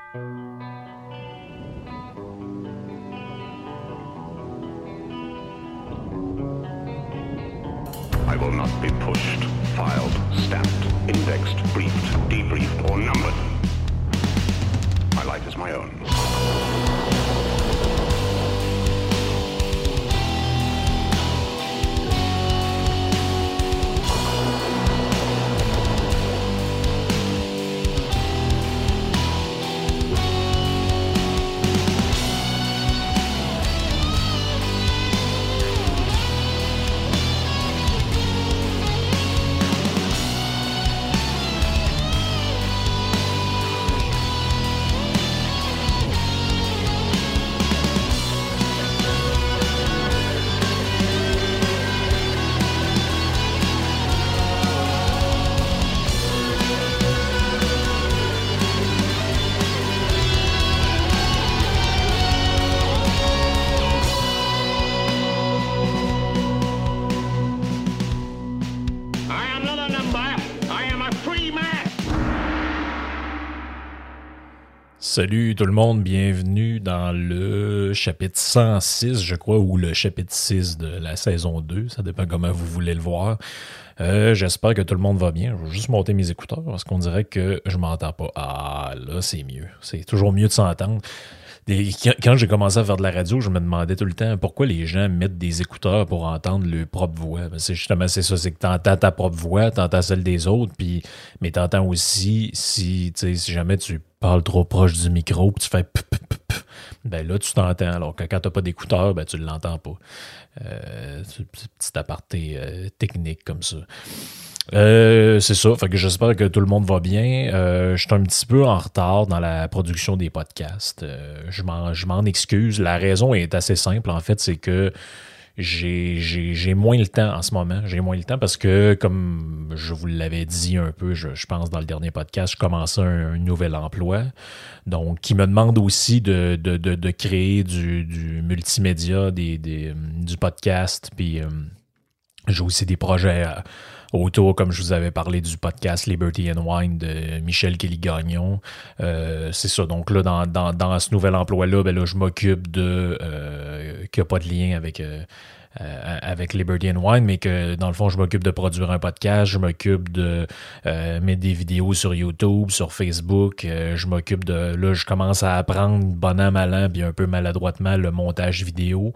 I will not be pushed, filed, stamped, indexed, briefed, debriefed, or numbered. My life is my own. Salut tout le monde, bienvenue dans le chapitre 106, je crois, ou le chapitre 6 de la saison 2, ça dépend comment vous voulez le voir. J'espère que tout le monde va bien, je vais juste monter mes écouteurs parce qu'on dirait que je m'entends pas. Ah, là c'est mieux, c'est toujours mieux de s'entendre. Quand j'ai commencé à faire de la radio, je me demandais tout le temps pourquoi les gens mettent des écouteurs pour entendre leur propre voix. C'est ça, c'est que t'entends ta propre voix, t'entends celle des autres, mais t'entends aussi si jamais tu parles trop proche du micro, puis tu fais ben là tu t'entends, alors que quand t'as pas d'écouteurs, ben tu l'entends pas. Petit aparté technique comme ça. C'est ça, fait que j'espère que tout le monde va bien. Je suis un petit peu en retard dans la production des podcasts. Je m'en excuse. La raison est assez simple, en fait, c'est que j'ai moins le temps en ce moment. J'ai moins le temps parce que, comme je vous l'avais dit un peu, je pense dans le dernier podcast, je commençais un nouvel emploi. Donc, qui me demande aussi de créer du multimédia, du podcast, puis j'ai aussi des projets autour, comme je vous avais parlé du podcast Liberty and Wine de Michel Kelly-Gagnon. C'est ça. Donc là, dans ce nouvel emploi-là, ben là, je m'occupe de qu'il n'y a pas de lien avec Liberty and Wine, mais que dans le fond, je m'occupe de produire un podcast, je m'occupe de mettre des vidéos sur YouTube, sur Facebook, je m'occupe de... Là, je commence à apprendre bon an, mal an, puis un peu maladroitement, le montage vidéo.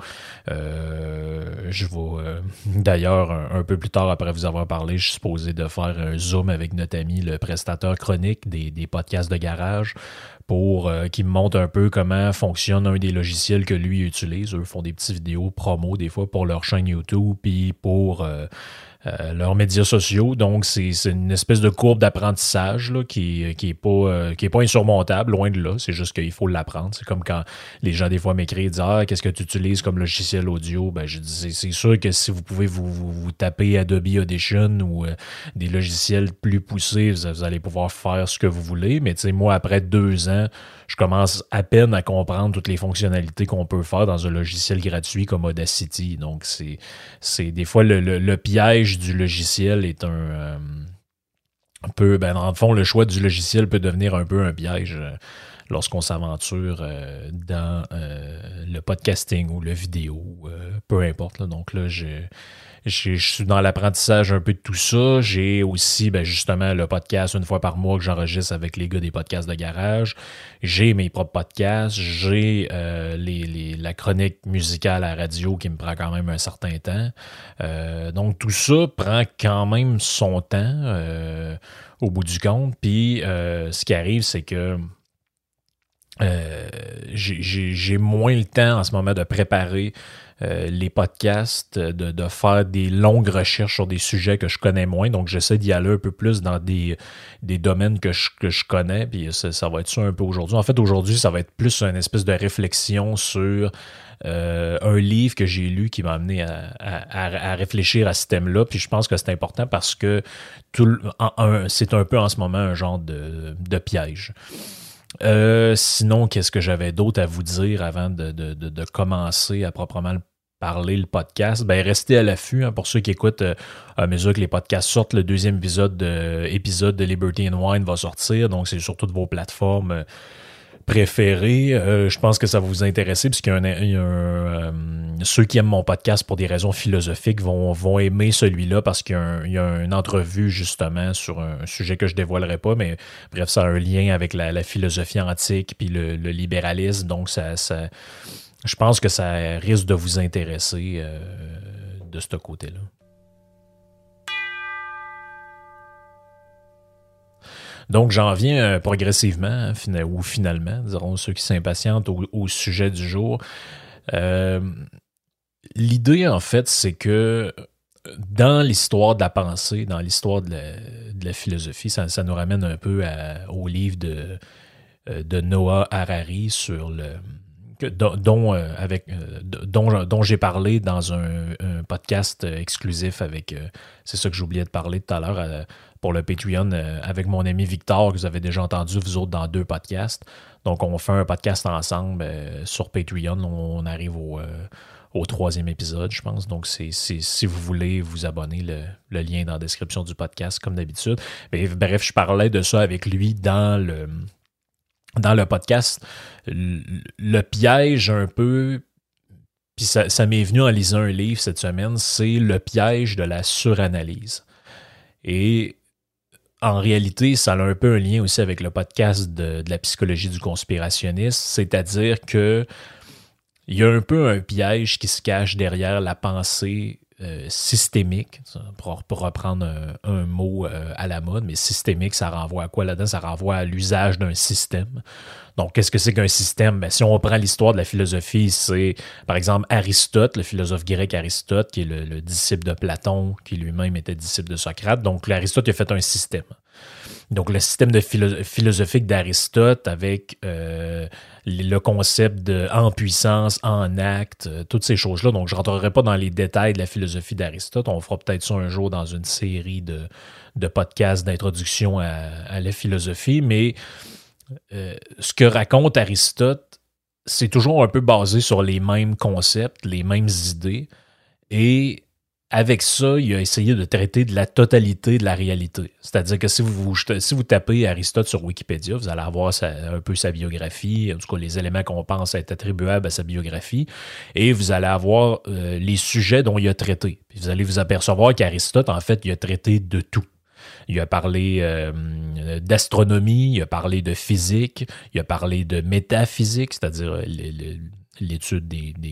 Je vais... D'ailleurs, un peu plus tard, après vous avoir parlé, je suis supposé de faire un Zoom avec notre ami, le prestateur chronique des podcasts de garage, pour qu'il me montre un peu comment fonctionne un des logiciels que lui utilise. Eux font des petites vidéos promo des fois pour leur chaîne YouTube puis pour leurs médias sociaux. Donc, c'est une espèce de courbe d'apprentissage là, qui est pas insurmontable, loin de là. C'est juste qu'il faut l'apprendre. C'est comme quand les gens, des fois, m'écrivent et disent « Ah, qu'est-ce que tu utilises comme logiciel audio? » Ben, je dis, c'est sûr que si vous pouvez vous taper Adobe Audition ou des logiciels plus poussés, vous allez pouvoir faire ce que vous voulez. Mais tu sais, moi, après 2 ans, je commence à peine à comprendre toutes les fonctionnalités qu'on peut faire dans un logiciel gratuit comme Audacity. Donc, c'est des fois le piège du logiciel est un peu... Ben, dans le fond, le choix du logiciel peut devenir un peu un piège lorsqu'on s'aventure dans le podcasting ou le vidéo, peu importe. Là. Donc là, je suis dans l'apprentissage un peu de tout ça. J'ai aussi, ben justement, le podcast une fois par mois que j'enregistre avec les gars des podcasts de garage. J'ai mes propres podcasts. J'ai la chronique musicale à la radio qui me prend quand même un certain temps. Donc, tout ça prend quand même son temps au bout du compte. Puis, ce qui arrive, c'est que j'ai moins le temps en ce moment de préparer les podcasts, de faire des longues recherches sur des sujets que je connais moins. Donc, j'essaie d'y aller un peu plus dans des domaines que je connais. Puis ça va être ça un peu aujourd'hui. En fait, aujourd'hui, ça va être plus une espèce de réflexion sur un livre que j'ai lu qui m'a amené à réfléchir à ce thème-là. Puis je pense que c'est important parce que c'est un peu en ce moment un genre de piège. Sinon, qu'est-ce que j'avais d'autre à vous dire avant de commencer à proprement parler le podcast? Ben, restez à l'affût pour ceux qui écoutent à mesure que les podcasts sortent. Le 2e épisode de Liberty and Wine va sortir, donc c'est sur toutes vos plateformes préféré. Je pense que ça va vous intéresser puisqu'il y a ceux qui aiment mon podcast pour des raisons philosophiques vont aimer celui-là parce qu'il y a une entrevue justement sur un sujet que je dévoilerai pas, mais bref, ça a un lien avec la philosophie antique puis le libéralisme, donc je pense que ça risque de vous intéresser de ce côté-là. Donc, j'en viens progressivement, ou finalement, diront ceux qui s'impatientent, au sujet du jour. L'idée, en fait, c'est que dans l'histoire de la pensée, dans l'histoire de la philosophie, ça nous ramène un peu au livre de Noah Harari sur dont j'ai parlé dans un podcast exclusif avec, c'est ça que j'oubliais de parler tout à l'heure, pour le Patreon, avec mon ami Victor, que vous avez déjà entendu, vous autres, dans 2 podcasts. Donc, on fait un podcast ensemble sur Patreon. On arrive au 3e épisode, je pense. Donc, si vous voulez vous abonner, le lien est dans la description du podcast, comme d'habitude. Mais, bref, je parlais de ça avec lui dans le podcast. Le piège un peu, puis ça m'est venu en lisant un livre cette semaine, c'est le piège de la suranalyse. Et en réalité, ça a un peu un lien aussi avec le podcast de la psychologie du conspirationniste, c'est-à-dire que il y a un peu un piège qui se cache derrière la pensée systémique, pour reprendre un mot à la mode, mais systémique, ça renvoie à quoi là-dedans? Ça renvoie à l'usage d'un système. Donc, qu'est-ce que c'est qu'un système? Ben, si on reprend l'histoire de la philosophie, c'est, par exemple, Aristote, le philosophe grec Aristote, qui est le disciple de Platon, qui lui-même était disciple de Socrate. Donc, Aristote a fait un système. Donc, le système philosophique d'Aristote avec le concept de en puissance, en acte, toutes ces choses-là. Donc, je ne rentrerai pas dans les détails de la philosophie d'Aristote. On fera peut-être ça un jour dans une série de podcasts d'introduction à la philosophie. Mais ce que raconte Aristote, c'est toujours un peu basé sur les mêmes concepts, les mêmes idées. Et avec ça, il a essayé de traiter de la totalité de la réalité. C'est-à-dire que si vous tapez Aristote sur Wikipédia, vous allez avoir un peu sa biographie, en tout cas les éléments qu'on pense être attribuables à sa biographie, et vous allez avoir les sujets dont il a traité. Puis vous allez vous apercevoir qu'Aristote, en fait, il a traité de tout. Il a parlé d'astronomie, il a parlé de physique, il a parlé de métaphysique, c'est-à-dire l'étude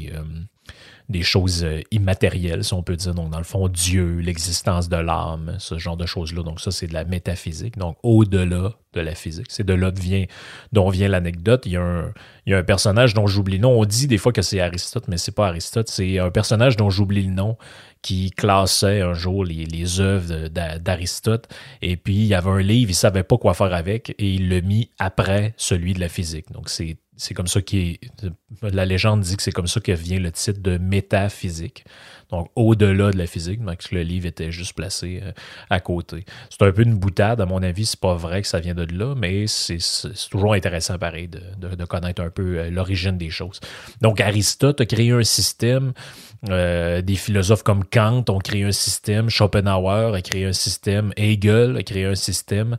des choses immatérielles, si on peut dire. Donc, dans le fond, Dieu, l'existence de l'âme, ce genre de choses-là. Donc, ça, c'est de la métaphysique. Donc, au-delà de la physique. C'est de là dont vient l'anecdote. Il y a un personnage dont j'oublie le nom. On dit des fois que c'est Aristote, mais c'est pas Aristote. C'est un personnage dont j'oublie le nom qui classait un jour les œuvres d'Aristote. Et puis, il y avait un livre, il savait pas quoi faire avec et il l'a mis après celui de la physique. Donc, c'est comme ça la légende dit que c'est comme ça que vient le titre de métaphysique. Donc, au-delà de la physique, donc le livre était juste placé à côté. C'est un peu une boutade, à mon avis, c'est pas vrai que ça vient de là, mais c'est toujours intéressant, pareil, de connaître un peu l'origine des choses. Donc, Aristote a créé un système, des philosophes comme Kant ont créé un système, Schopenhauer a créé un système, Hegel a créé un système.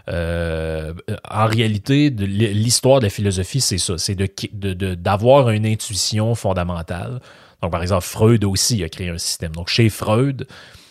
En réalité, l'histoire de la philosophie, c'est ça, c'est d'avoir une intuition fondamentale. Donc, par exemple, Freud aussi a créé un système. Donc, chez Freud,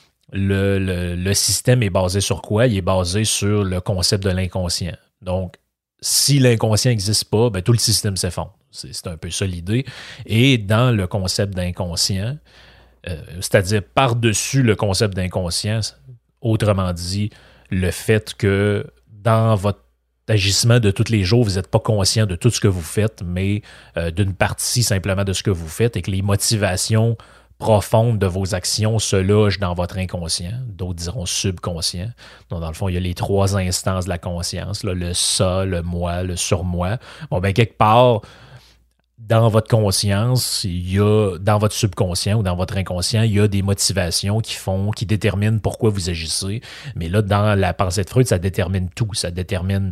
le système est basé sur quoi? Il est basé sur le concept de l'inconscient. Donc, si l'inconscient n'existe pas, ben, tout le système s'effondre. C'est un peu ça l'idée. Et dans le concept d'inconscient, c'est-à-dire par-dessus le concept d'inconscient, autrement dit, le fait que dans votre agissement de tous les jours, vous n'êtes pas conscient de tout ce que vous faites, mais d'une partie simplement de ce que vous faites et que les motivations profondes de vos actions se logent dans votre inconscient, d'autres diront subconscient. Donc, dans le fond, il y a les 3 instances de la conscience, là, le ça, le moi, le surmoi. Bon, ben quelque part, dans votre conscience, dans votre subconscient ou dans votre inconscient, il y a des motivations qui déterminent pourquoi vous agissez. Mais là, dans la pensée de Freud, ça détermine tout. Ça détermine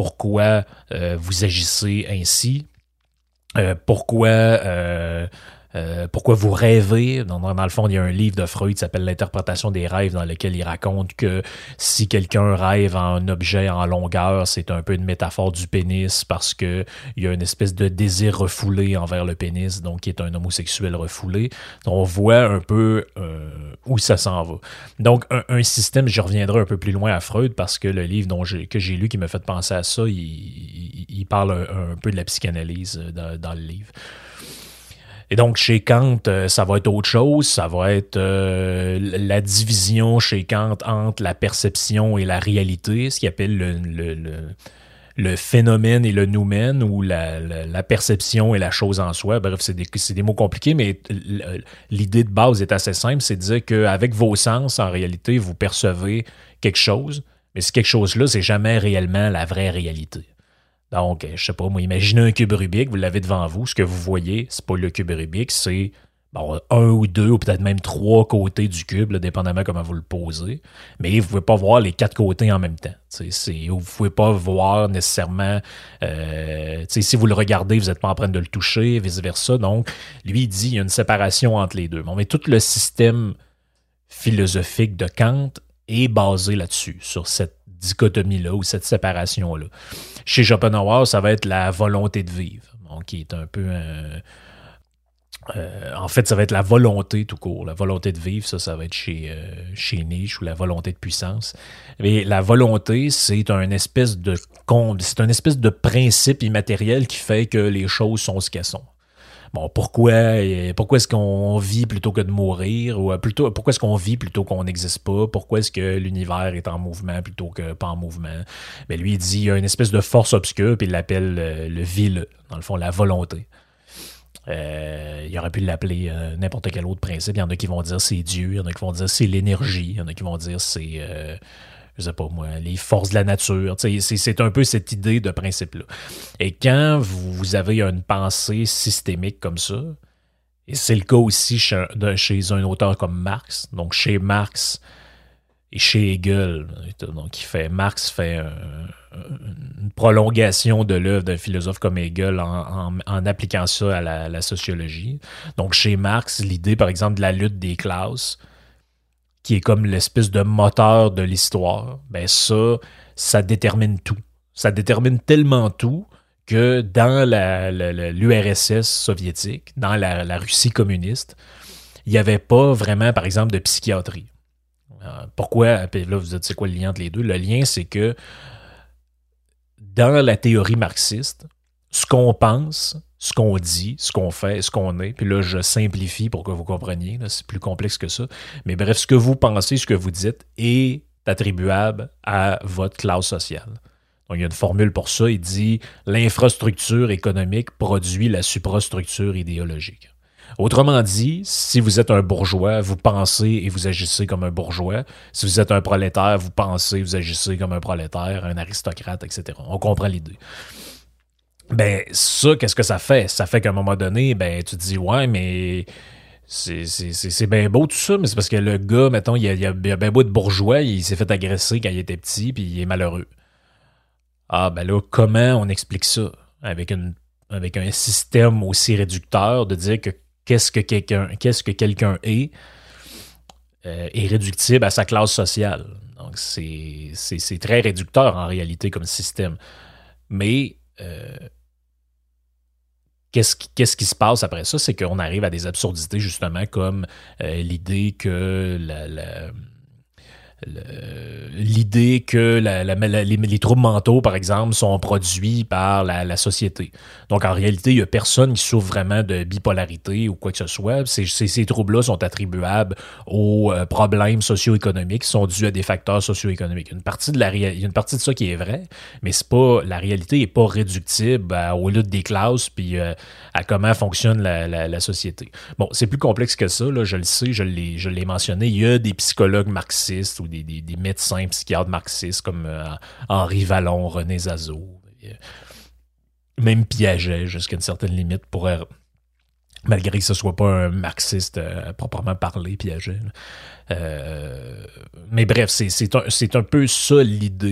pourquoi vous agissez ainsi, pourquoi pourquoi vous rêvez. Dans le fond, il y a un livre de Freud qui s'appelle L'interprétation des rêves, dans lequel il raconte que si quelqu'un rêve en un objet en longueur, c'est un peu une métaphore du pénis parce que il y a une espèce de désir refoulé envers le pénis, donc qui est un homosexuel refoulé. Donc, on voit un peu où ça s'en va. Donc, un système, j'y reviendrai un peu plus loin à Freud parce que le livre que j'ai lu qui m'a fait penser à ça, il parle un peu de la psychanalyse dans le livre. Et donc, chez Kant, ça va être autre chose. Ça va être la division chez Kant entre la perception et la réalité, ce qu'il appelle le phénomène et le noumen, ou la perception et la chose en soi. Bref, c'est des mots compliqués, mais l'idée de base est assez simple. C'est de dire qu'avec vos sens, en réalité, vous percevez quelque chose, mais ce quelque chose-là, c'est jamais réellement la vraie réalité. Donc, je sais pas, moi, imaginez un cube Rubik, vous l'avez devant vous, ce que vous voyez, c'est pas le cube Rubik, c'est un ou deux, ou peut-être même trois côtés du cube, là, dépendamment comment vous le posez. Mais vous pouvez pas voir les quatre côtés en même temps. Vous pouvez pas voir nécessairement... si vous le regardez, vous n'êtes pas en train de le toucher, vice-versa. Donc, lui, il dit qu'il y a une séparation entre les deux. Bon, mais tout le système philosophique de Kant est basé là-dessus, sur cette dichotomie-là ou cette séparation-là. Chez Schopenhauer, ça va être la volonté de vivre, qui est un peu... en fait, ça va être la volonté tout court. La volonté de vivre, ça va être chez Nietzsche, ou la volonté de puissance. Mais la volonté, c'est un espèce de principe immatériel qui fait que les choses sont ce qu'elles sont. Bon, pourquoi est-ce qu'on vit plutôt que de mourir? Ou plutôt, pourquoi est-ce qu'on vit plutôt qu'on n'existe pas? Pourquoi est-ce que l'univers est en mouvement plutôt que pas en mouvement? Ben lui, il dit il y a une espèce de force obscure, puis il l'appelle le vil, dans le fond, la volonté. Il aurait pu l'appeler n'importe quel autre principe. Il y en a qui vont dire c'est Dieu, il y en a qui vont dire c'est l'énergie, il y en a qui vont dire c'est... je sais pas moi, les forces de la nature. C'est un peu cette idée de principe-là. Et quand vous avez une pensée systémique comme ça, et c'est le cas aussi chez un auteur comme Marx, donc chez Marx et chez Hegel, donc Marx fait une prolongation de l'œuvre d'un philosophe comme Hegel en appliquant ça à la sociologie. Donc chez Marx, l'idée par exemple de la lutte des classes, qui est comme l'espèce de moteur de l'histoire, ben ça détermine tout. Ça détermine tellement tout que dans l'URSS soviétique, dans la Russie communiste, il n'y avait pas vraiment, par exemple, de psychiatrie. Pourquoi? Puis là, vous dites, c'est quoi le lien entre les deux? Le lien, c'est que dans la théorie marxiste, ce qu'on pense, ce qu'on dit, ce qu'on fait, ce qu'on est, puis là, je simplifie pour que vous compreniez, là, c'est plus complexe que ça, mais bref, ce que vous pensez, ce que vous dites est attribuable à votre classe sociale. Donc, il y a une formule pour ça, il dit « L'infrastructure économique produit la suprastructure idéologique ». Autrement dit, si vous êtes un bourgeois, vous pensez et vous agissez comme un bourgeois. Si vous êtes un prolétaire, vous pensez et vous agissez comme un prolétaire, un aristocrate, etc. On comprend l'idée. Ben, ça, qu'est-ce que ça fait? Ça fait qu'à un moment donné, ben, tu te dis, ouais, mais c'est bien beau tout ça, mais c'est parce que le gars, mettons, il a bien beau de bourgeois, il s'est fait agresser quand il était petit, puis il est malheureux. Ah, ben là, comment on explique ça? Avec un système aussi réducteur de dire que qu'est-ce que quelqu'un est réductible à sa classe sociale. Donc, c'est très réducteur en réalité comme système. Mais qu'est-ce qui se passe après ça? C'est qu'on arrive à des absurdités, justement, comme l'idée que l'idée que les troubles mentaux, par exemple, sont produits par la société. Donc, en réalité, il n'y a personne qui souffre vraiment de bipolarité ou quoi que ce soit. Ces troubles-là sont attribuables aux problèmes socio-économiques qui sont dus à des facteurs socio-économiques. Il y a une partie de ça qui est vraie, mais la réalité n'est pas réductible aux luttes des classes puis à comment fonctionne la société. Bon, c'est plus complexe que ça, là, je le sais, je l'ai mentionné. Il y a des psychologues marxistes ou des médecins psychiatres marxistes comme Henri Vallon, René Zazot, même Piaget jusqu'à une certaine limite malgré que ce soit pas un marxiste proprement parlé, Piaget. Mais bref, c'est un peu ça l'idée.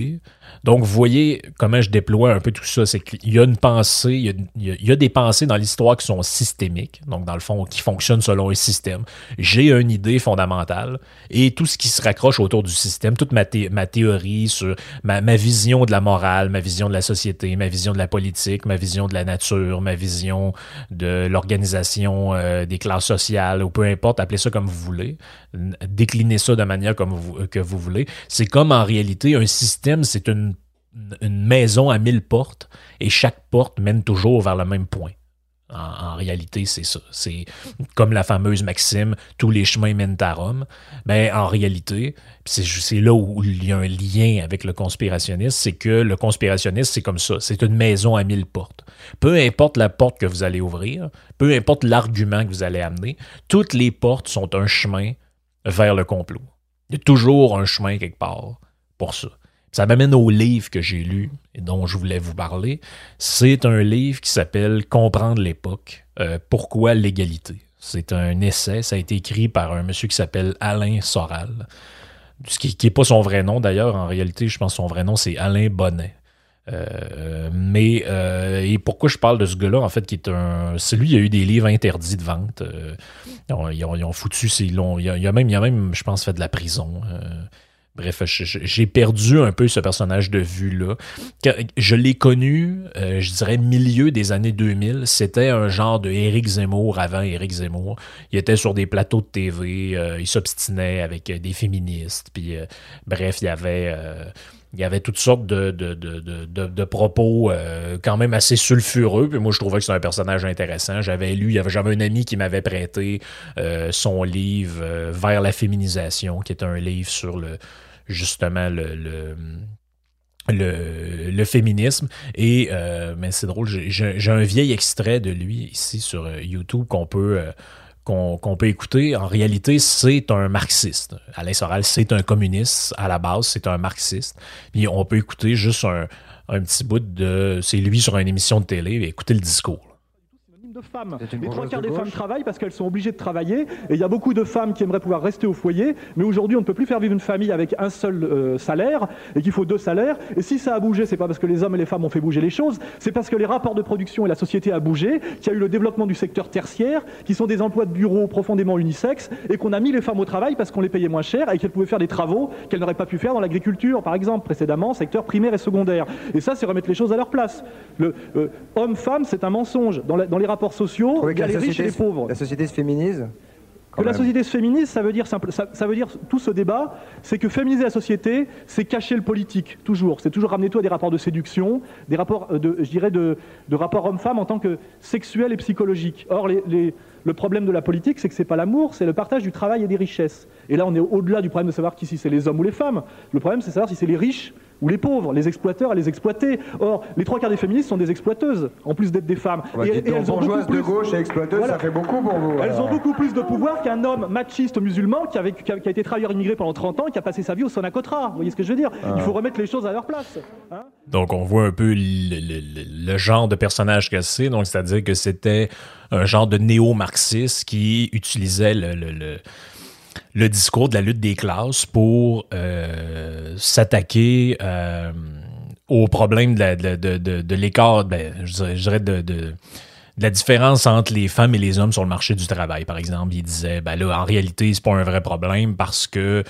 Donc, vous voyez comment je déploie un peu tout ça. C'est qu'il y a une pensée, il y a des pensées dans l'histoire qui sont systémiques, donc dans le fond, qui fonctionnent selon un système. J'ai une idée fondamentale et tout ce qui se raccroche autour du système, toute ma théorie sur ma vision de la morale, ma vision de la société, ma vision de la politique, ma vision de la nature, ma vision de l'organisation des classes sociales, ou peu importe, appelez ça comme vous voulez, déclinez ça de manière que vous voulez. C'est comme en réalité, un système, c'est une maison à 1000 portes et chaque porte mène toujours vers le même point. En réalité, c'est ça. C'est comme la fameuse maxime « Tous les chemins mènent à Rome ». Ben, en réalité, c'est là où il y a un lien avec le conspirationnisme, c'est que le conspirationnisme, c'est comme ça. C'est une maison à 1000 portes. Peu importe la porte que vous allez ouvrir, peu importe l'argument que vous allez amener, toutes les portes sont un chemin vers le complot. Il y a toujours un chemin quelque part pour ça. Ça m'amène au livre que j'ai lu et dont je voulais vous parler. C'est un livre qui s'appelle « Comprendre l'époque. Pourquoi l'égalité ». C'est un essai, ça a été écrit par un monsieur qui s'appelle Alain Soral, qui n'est pas son vrai nom d'ailleurs. En réalité, je pense que son vrai nom, c'est Alain Bonnet. Et pourquoi je parle de ce gars-là, en fait, qui est c'est lui, il a eu des livres interdits de vente. Ils ont foutu, il a même, je pense, fait de la prison. Bref, j'ai perdu un peu ce personnage de vue-là. Je l'ai connu, je dirais, milieu des années 2000. C'était un genre de Éric Zemmour avant Éric Zemmour. Il était sur des plateaux de TV, il s'obstinait avec des féministes. Puis, bref, il y avait toutes sortes de propos quand même assez sulfureux. Puis moi, je trouvais que c'était un personnage intéressant. J'avais un ami qui m'avait prêté son livre Vers la féminisation, qui est un livre sur justement le féminisme. Et mais c'est drôle, j'ai un vieil extrait de lui ici sur YouTube qu'on peut écouter. En réalité, c'est un marxiste. Alain Soral, c'est un communiste à la base, c'est un marxiste. Puis on peut écouter juste un petit bout c'est lui sur une émission de télé, et écoutez le discours. De femmes. Les 3/4 des femmes travaillent parce qu'elles sont obligées de travailler, et il y a beaucoup de femmes qui aimeraient pouvoir rester au foyer, mais aujourd'hui on ne peut plus faire vivre une famille avec un seul salaire, et qu'il faut 2 salaires. Et si ça a bougé, c'est pas parce que les hommes et les femmes ont fait bouger les choses, c'est parce que les rapports de production et la société a bougé, qu'il y a eu le développement du secteur tertiaire, qui sont des emplois de bureau profondément unisexes, et qu'on a mis les femmes au travail parce qu'on les payait moins cher et qu'elles pouvaient faire des travaux qu'elles n'auraient pas pu faire dans l'agriculture, par exemple, précédemment, secteur primaire et secondaire. Et ça, c'est remettre les choses à leur place. Homme-femme, c'est un mensonge. Dans les rapports sociaux, il y a les riches et les pauvres. La société se féminise. Que la société se féminise, ça veut dire tout ce débat, c'est que féminiser la société, c'est cacher le politique, toujours. C'est toujours ramener tout à des rapports de séduction, des rapports de rapports homme-femme en tant que sexuels et psychologiques. Or, le problème de la politique, c'est que c'est pas l'amour, c'est le partage du travail et des richesses. Et là, on est au-delà du problème de savoir si c'est les hommes ou les femmes. Le problème, c'est de savoir si c'est les riches ou les pauvres, les exploiteurs et les exploités. Or, les 3/4 des féministes sont des exploiteuses, en plus d'être des femmes. Et elles ont bourgeoises de gauche et exploiteuses, voilà. Ça fait beaucoup pour vous. Elles ont beaucoup plus de pouvoir qu'un homme machiste musulman qui a été travailleur immigré pendant 30 ans et qui a passé sa vie au Sonacotra. Vous voyez ce que je veux dire ? Il faut remettre les choses à leur place. Hein ? Donc, on voit un peu le genre de personnage que c'est. Donc, c'est-à-dire que c'était un genre de néo-marxiste qui utilisait le discours de la lutte des classes pour s'attaquer au problème de l'écart, je dirais de la différence entre les femmes et les hommes sur le marché du travail, par exemple. Il disait, en réalité, c'est pas un vrai problème parce que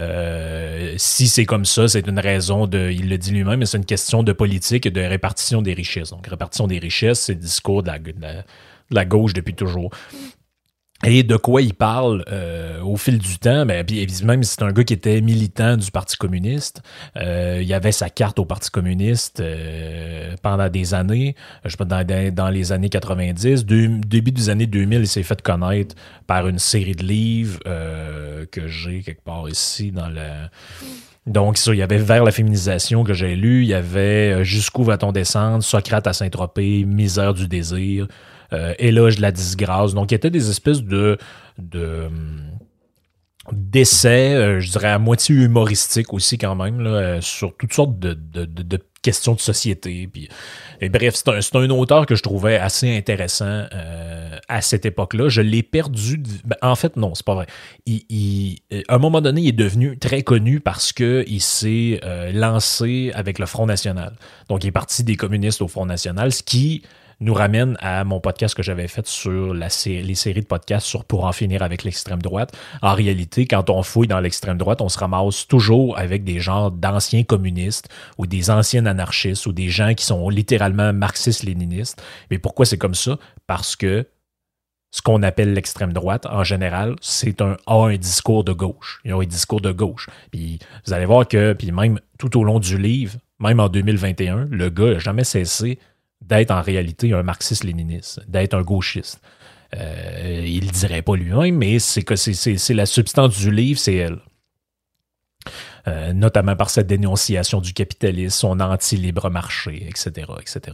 si c'est comme ça, c'est une raison il le dit lui-même, mais c'est une question de politique et de répartition des richesses. Donc, répartition des richesses, c'est le discours de la gauche depuis toujours. Et de quoi il parle au fil du temps, puis même c'est un gars qui était militant du Parti communiste, il avait sa carte au Parti communiste pendant des années, je sais pas, dans les années 90, début des années 2000, il s'est fait connaître par une série de livres que j'ai quelque part ici dans Donc, ça, il y avait Vers la féminisation que j'ai lu, il y avait Jusqu'où va-t-on descendre, Socrate à Saint-Tropez, Misère du désir, Éloge de la disgrâce. Donc, il y était des espèces de d'essais, je dirais à moitié humoristique aussi quand même, là, sur toutes sortes de questions de société. Puis, et bref, c'est un auteur que je trouvais assez intéressant à cette époque-là. Je l'ai perdu. En fait, non, c'est pas vrai. À un moment donné, il est devenu très connu parce qu'il s'est lancé avec le Front National. Donc, il est parti des communistes au Front National, ce qui nous ramène à mon podcast que j'avais fait sur les séries de podcasts sur Pour en finir avec l'extrême droite. En réalité, quand on fouille dans l'extrême droite, on se ramasse toujours avec des genres d'anciens communistes ou des anciens anarchistes ou des gens qui sont littéralement marxistes-léninistes. Mais pourquoi c'est comme ça? Parce que ce qu'on appelle l'extrême droite, en général, a un discours de gauche. Ils ont un discours de gauche. Puis vous allez voir que, puis même tout au long du livre, même en 2021, le gars n'a jamais cessé d'être en réalité un marxiste-léniniste, d'être un gauchiste. Il le dirait pas lui-même, mais c'est la substance du livre, c'est elle. Notamment par sa dénonciation du capitalisme, son anti-libre marché, etc., etc.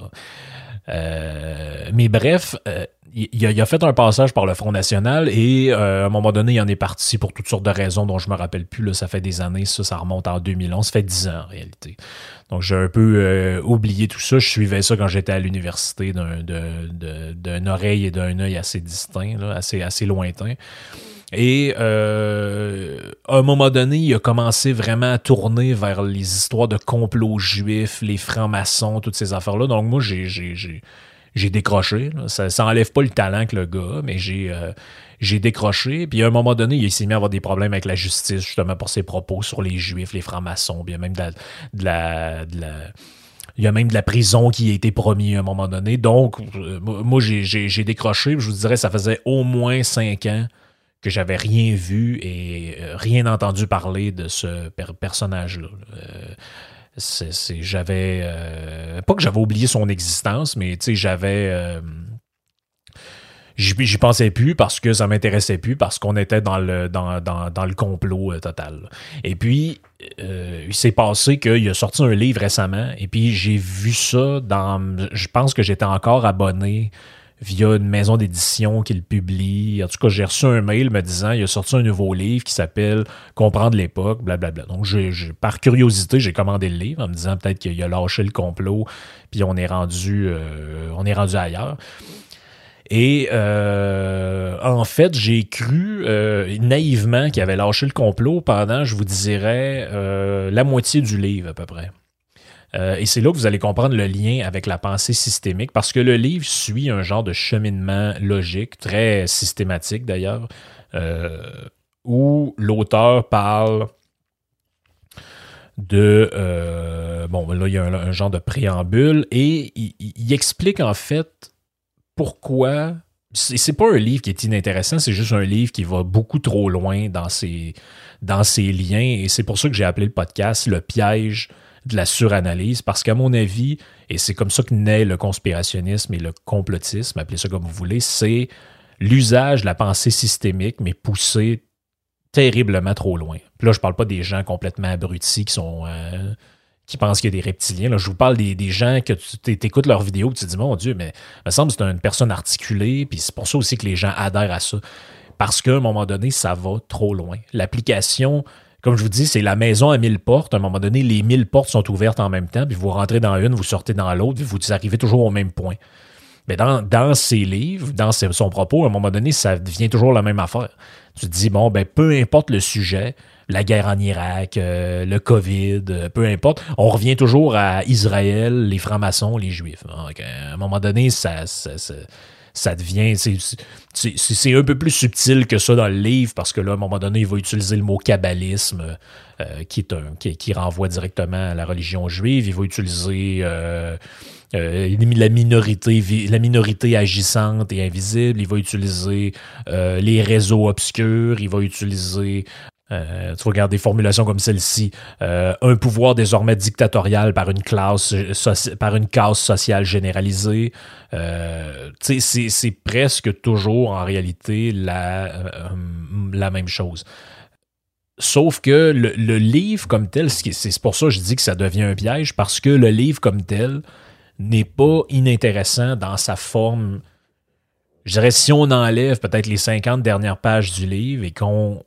Mais bref, il a fait un passage par le Front National et à un moment donné, il en est parti pour toutes sortes de raisons dont je me rappelle plus. Là, ça fait des années, ça remonte en 2011, ça fait 10 ans en réalité. Donc j'ai un peu oublié tout ça. Je suivais ça quand j'étais à l'université d'une oreille et d'un œil assez distincts, là, assez lointain. Et à un moment donné, il a commencé vraiment à tourner vers les histoires de complots juifs, les francs-maçons, toutes ces affaires-là. Donc moi, j'ai décroché. Là. Ça enlève pas le talent que le gars, mais j'ai décroché. Puis à un moment donné, il s'est mis à avoir des problèmes avec la justice, justement pour ses propos sur les juifs, les francs-maçons, bien même il y a même de la prison qui a été promis à un moment donné. Donc, moi, j'ai décroché. Je vous dirais, ça faisait au moins 5 ans que j'avais rien vu et rien entendu parler de ce personnage-là. J'avais... pas que j'avais oublié son existence, mais tu sais, j'avais... J'y pensais plus parce que ça m'intéressait plus, parce qu'on était dans le complot total. Et puis, il s'est passé qu'il a sorti un livre récemment, et puis j'ai vu ça je pense que j'étais encore abonné via une maison d'édition qui le publie. En tout cas, j'ai reçu un mail me disant il a sorti un nouveau livre qui s'appelle Comprendre l'époque, blablabla. Donc, par curiosité, j'ai commandé le livre en me disant peut-être qu'il a lâché le complot, puis on est rendu ailleurs. Et en fait, j'ai cru naïvement qu'il avait lâché le complot pendant, je vous dirais, la moitié du livre à peu près. Et c'est là que vous allez comprendre le lien avec la pensée systémique, parce que le livre suit un genre de cheminement logique, très systématique d'ailleurs, où l'auteur parle de... bon, là, il y a un genre de préambule, et il explique en fait pourquoi... C'est pas un livre qui est inintéressant, c'est juste un livre qui va beaucoup trop loin dans ses liens, et c'est pour ça que j'ai appelé le podcast « Le piège » de la suranalyse, parce qu'à mon avis, et c'est comme ça que naît le conspirationnisme et le complotisme, appelez ça comme vous voulez, c'est l'usage de la pensée systémique, mais poussé terriblement trop loin. Puis là, je parle pas des gens complètement abrutis qui pensent qu'il y a des reptiliens. Là, je vous parle des gens que tu écoutes leurs vidéos et tu te dis, mon Dieu, mais il me semble que c'est une personne articulée, puis c'est pour ça aussi que les gens adhèrent à ça. Parce qu'à un moment donné, ça va trop loin. L'application... Comme je vous dis, c'est la maison à 1000 portes. À un moment donné, les 1000 portes sont ouvertes en même temps, puis vous rentrez dans une, vous sortez dans l'autre, puis vous arrivez toujours au même point. Mais dans ses livres, dans son propos, à un moment donné, ça devient toujours la même affaire. Tu te dis, bon, ben peu importe le sujet, la guerre en Irak, le COVID, peu importe, on revient toujours à Israël, les francs-maçons, les juifs. Donc, à un moment donné, ça devient... C'est un peu plus subtil que ça dans le livre, parce que là, à un moment donné, il va utiliser le mot kabbalisme, qui renvoie directement à la religion juive. Il va utiliser la minorité agissante et invisible. Il va utiliser les réseaux obscurs. Il va utiliser... tu vas regarder des formulations comme celle-ci. Un pouvoir désormais dictatorial par une caste sociale généralisée. C'est presque toujours en réalité la même chose. Sauf que le livre comme tel, c'est pour ça que je dis que ça devient un piège, parce que le livre comme tel n'est pas inintéressant dans sa forme je dirais, si on enlève peut-être les 50 dernières pages du livre et qu'on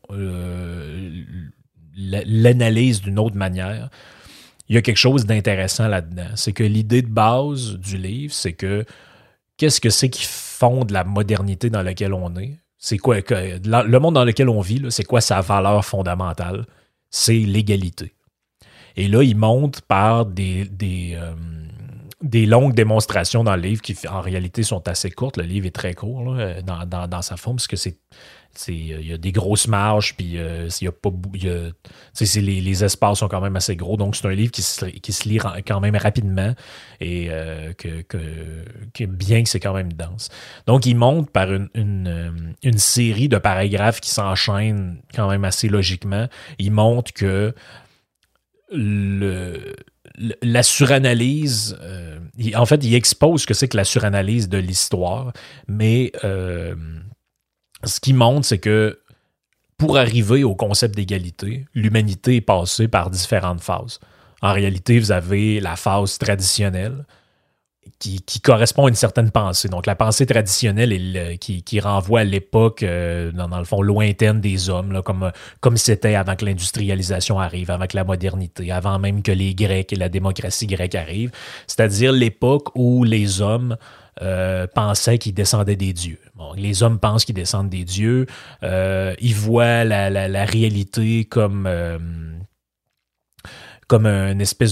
l'analyse d'une autre manière, il y a quelque chose d'intéressant là-dedans. C'est que l'idée de base du livre, c'est que qu'est-ce que c'est qui fonde la modernité dans laquelle on est? C'est quoi le monde dans lequel on vit, là, c'est quoi sa valeur fondamentale? C'est l'égalité. Et là, il monte par des longues démonstrations dans le livre qui, en réalité, sont assez courtes. Le livre est très court là, dans sa forme, parce que il y a des grosses marges, puis les espaces sont quand même assez gros. Donc, c'est un livre qui se lit quand même rapidement et bien que c'est quand même dense. Donc, il monte par une série de paragraphes qui s'enchaînent quand même assez logiquement. Il montre que la suranalyse, en fait, il expose ce que c'est que la suranalyse de l'histoire, mais ce qu'il montre, c'est que pour arriver au concept d'égalité, l'humanité est passée par différentes phases. En réalité, vous avez la phase traditionnelle qui correspond à une certaine pensée. Donc, la pensée traditionnelle qui renvoie à l'époque, dans le fond, lointaine des hommes, là, comme c'était avant que l'industrialisation arrive, avant que la modernité, avant même que les Grecs et la démocratie grecque arrivent. C'est-à-dire l'époque où les hommes pensaient qu'ils descendaient des dieux. Bon, les hommes pensent qu'ils descendent des dieux. Ils voient la réalité comme une espèce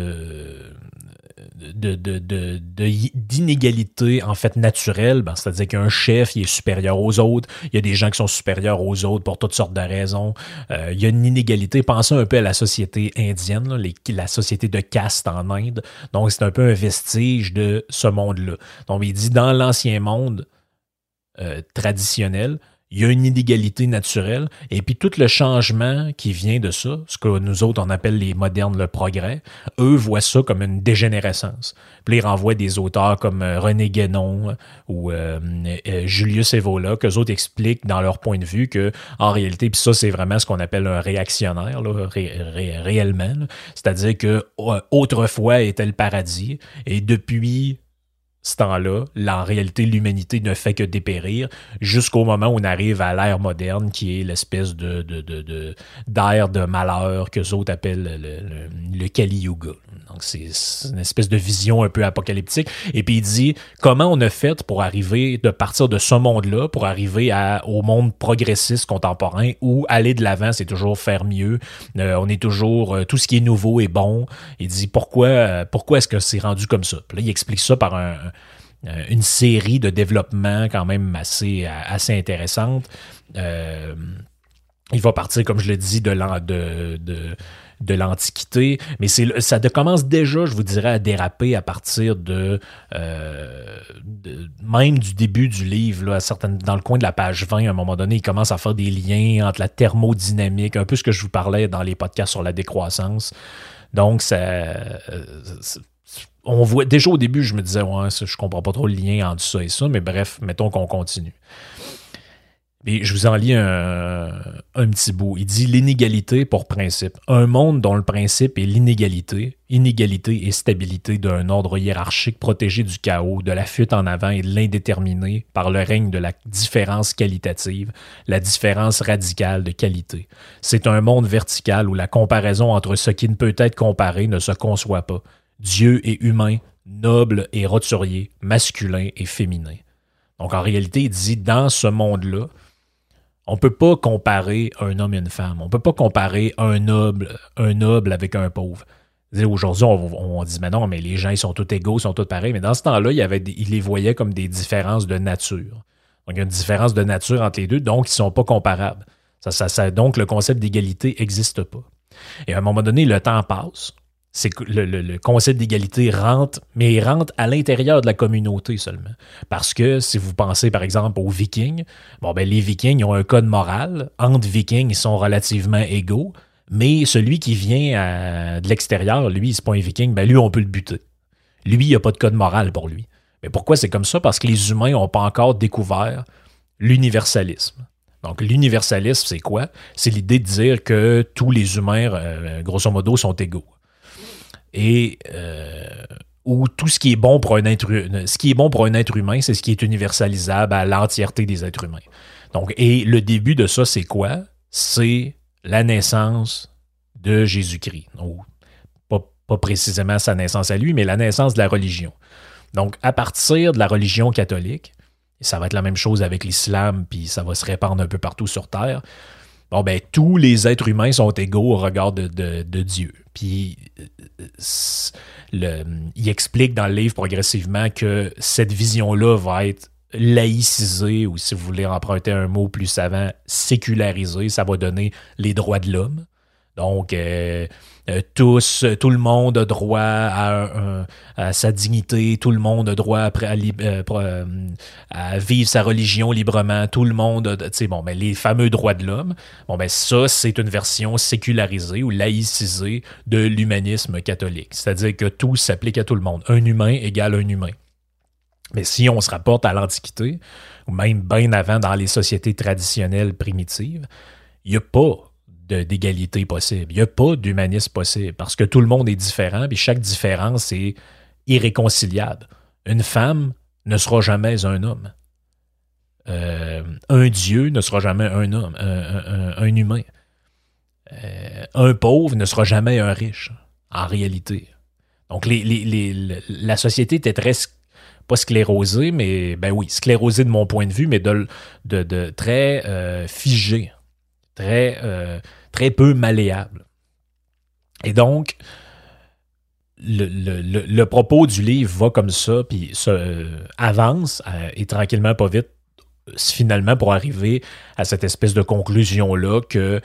d'inégalité en fait naturelle, c'est-à-dire qu'un chef il est supérieur aux autres, il y a des gens qui sont supérieurs aux autres pour toutes sortes de raisons, il y a une inégalité. Pensez un peu à la société indienne, là, la société de caste en Inde, donc c'est un peu un vestige de ce monde-là. Donc il dit dans l'ancien monde traditionnel, il y a une inégalité naturelle, et puis tout le changement qui vient de ça, ce que nous autres on appelle les modernes le progrès, eux voient ça comme une dégénérescence. Puis ils renvoient des auteurs comme René Guénon ou Julius Evola, qu'eux autres expliquent dans leur point de vue que en réalité, puis ça c'est vraiment ce qu'on appelle un réactionnaire, là, réellement, là. C'est-à-dire que autrefois était le paradis, et depuis ce temps-là, en réalité, l'humanité ne fait que dépérir jusqu'au moment où on arrive à l'ère moderne, qui est l'espèce d'ère de malheur qu'eux autres appellent le Kali Yuga. Donc, c'est une espèce de vision un peu apocalyptique. Et puis, il dit comment on a fait pour arriver, de partir de ce monde-là, pour arriver au monde progressiste contemporain, où aller de l'avant, c'est toujours faire mieux. On est toujours, tout ce qui est nouveau est bon. Il dit pourquoi est-ce que c'est rendu comme ça? Puis là, il explique ça par une série de développements quand même assez intéressante. Il va partir, comme je le dis, de l'Antiquité, mais ça commence déjà, je vous dirais, à déraper à partir même du début du livre, là, dans le coin de la page 20, à un moment donné, il commence à faire des liens entre la thermodynamique, un peu ce que je vous parlais dans les podcasts sur la décroissance. Donc, on voit déjà au début, je me disais, ouais, je comprends pas trop le lien entre ça et ça, mais bref, mettons qu'on continue. Et je vous en lis un petit bout. Il dit l'inégalité pour principe. Un monde dont le principe est l'inégalité, inégalité et stabilité d'un ordre hiérarchique protégé du chaos, de la fuite en avant et de l'indéterminé par le règne de la différence qualitative, la différence radicale de qualité. C'est un monde vertical où la comparaison entre ce qui ne peut être comparé ne se conçoit pas. Dieu et humain, noble et roturier, masculin et féminin. Donc en réalité, il dit dans ce monde-là, on ne peut pas comparer un homme et une femme. On ne peut pas comparer un noble avec un pauvre. Aujourd'hui, on dit, mais non, mais les gens, ils sont tous égaux, ils sont tous pareils. Mais dans ce temps-là, il les voyait comme des différences de nature. Donc, il y a une différence de nature entre les deux, donc ils ne sont pas comparables. Donc, le concept d'égalité n'existe pas. Et à un moment donné, le temps passe. C'est que le concept d'égalité rentre, mais il rentre à l'intérieur de la communauté seulement. Parce que si vous pensez, par exemple, aux Vikings, les Vikings ont un code moral. Entre Vikings, ils sont relativement égaux. Mais celui qui vient de l'extérieur, lui, c'est pas un Viking, lui, on peut le buter. Lui, il n'y a pas de code moral pour lui. Mais pourquoi c'est comme ça? Parce que les humains n'ont pas encore découvert l'universalisme. Donc, l'universalisme, c'est quoi? C'est l'idée de dire que tous les humains, grosso modo, sont égaux. Et où tout ce qui est bon pour un être humain, c'est ce qui est universalisable à l'entièreté des êtres humains. Donc, et le début de ça, c'est quoi? C'est la naissance de Jésus-Christ. Donc, pas précisément sa naissance à lui, mais la naissance de la religion. Donc, à partir de la religion catholique, et ça va être la même chose avec l'islam, puis ça va se répandre un peu partout sur Terre, bon, ben, tous les êtres humains sont égaux au regard de Dieu. Puis, il explique dans le livre progressivement que cette vision-là va être laïcisée, ou si vous voulez emprunter un mot plus savant, sécularisée. Ça va donner les droits de l'homme. Donc, tout le monde a droit à sa dignité, tout le monde a droit à vivre sa religion librement, tout le monde a, les fameux droits de l'homme. Bon, ben, ça, c'est une version sécularisée ou laïcisée de l'humanisme catholique. C'est-à-dire que tout s'applique à tout le monde. Un humain égale un humain. Mais si on se rapporte à l'Antiquité, ou même bien avant dans les sociétés traditionnelles primitives, il n'y a pas d'égalité possible. Il n'y a pas d'humanisme possible parce que tout le monde est différent et chaque différence est irréconciliable. Une femme ne sera jamais un homme. Un Dieu ne sera jamais un homme, un humain. Un pauvre ne sera jamais un riche, en réalité. Donc, la société était très, pas sclérosée, mais, ben oui, sclérosée de mon point de vue, mais de très figée, très peu malléable. Et donc, le propos du livre va comme ça, puis avance, et tranquillement, pas vite, finalement, pour arriver à cette espèce de conclusion-là que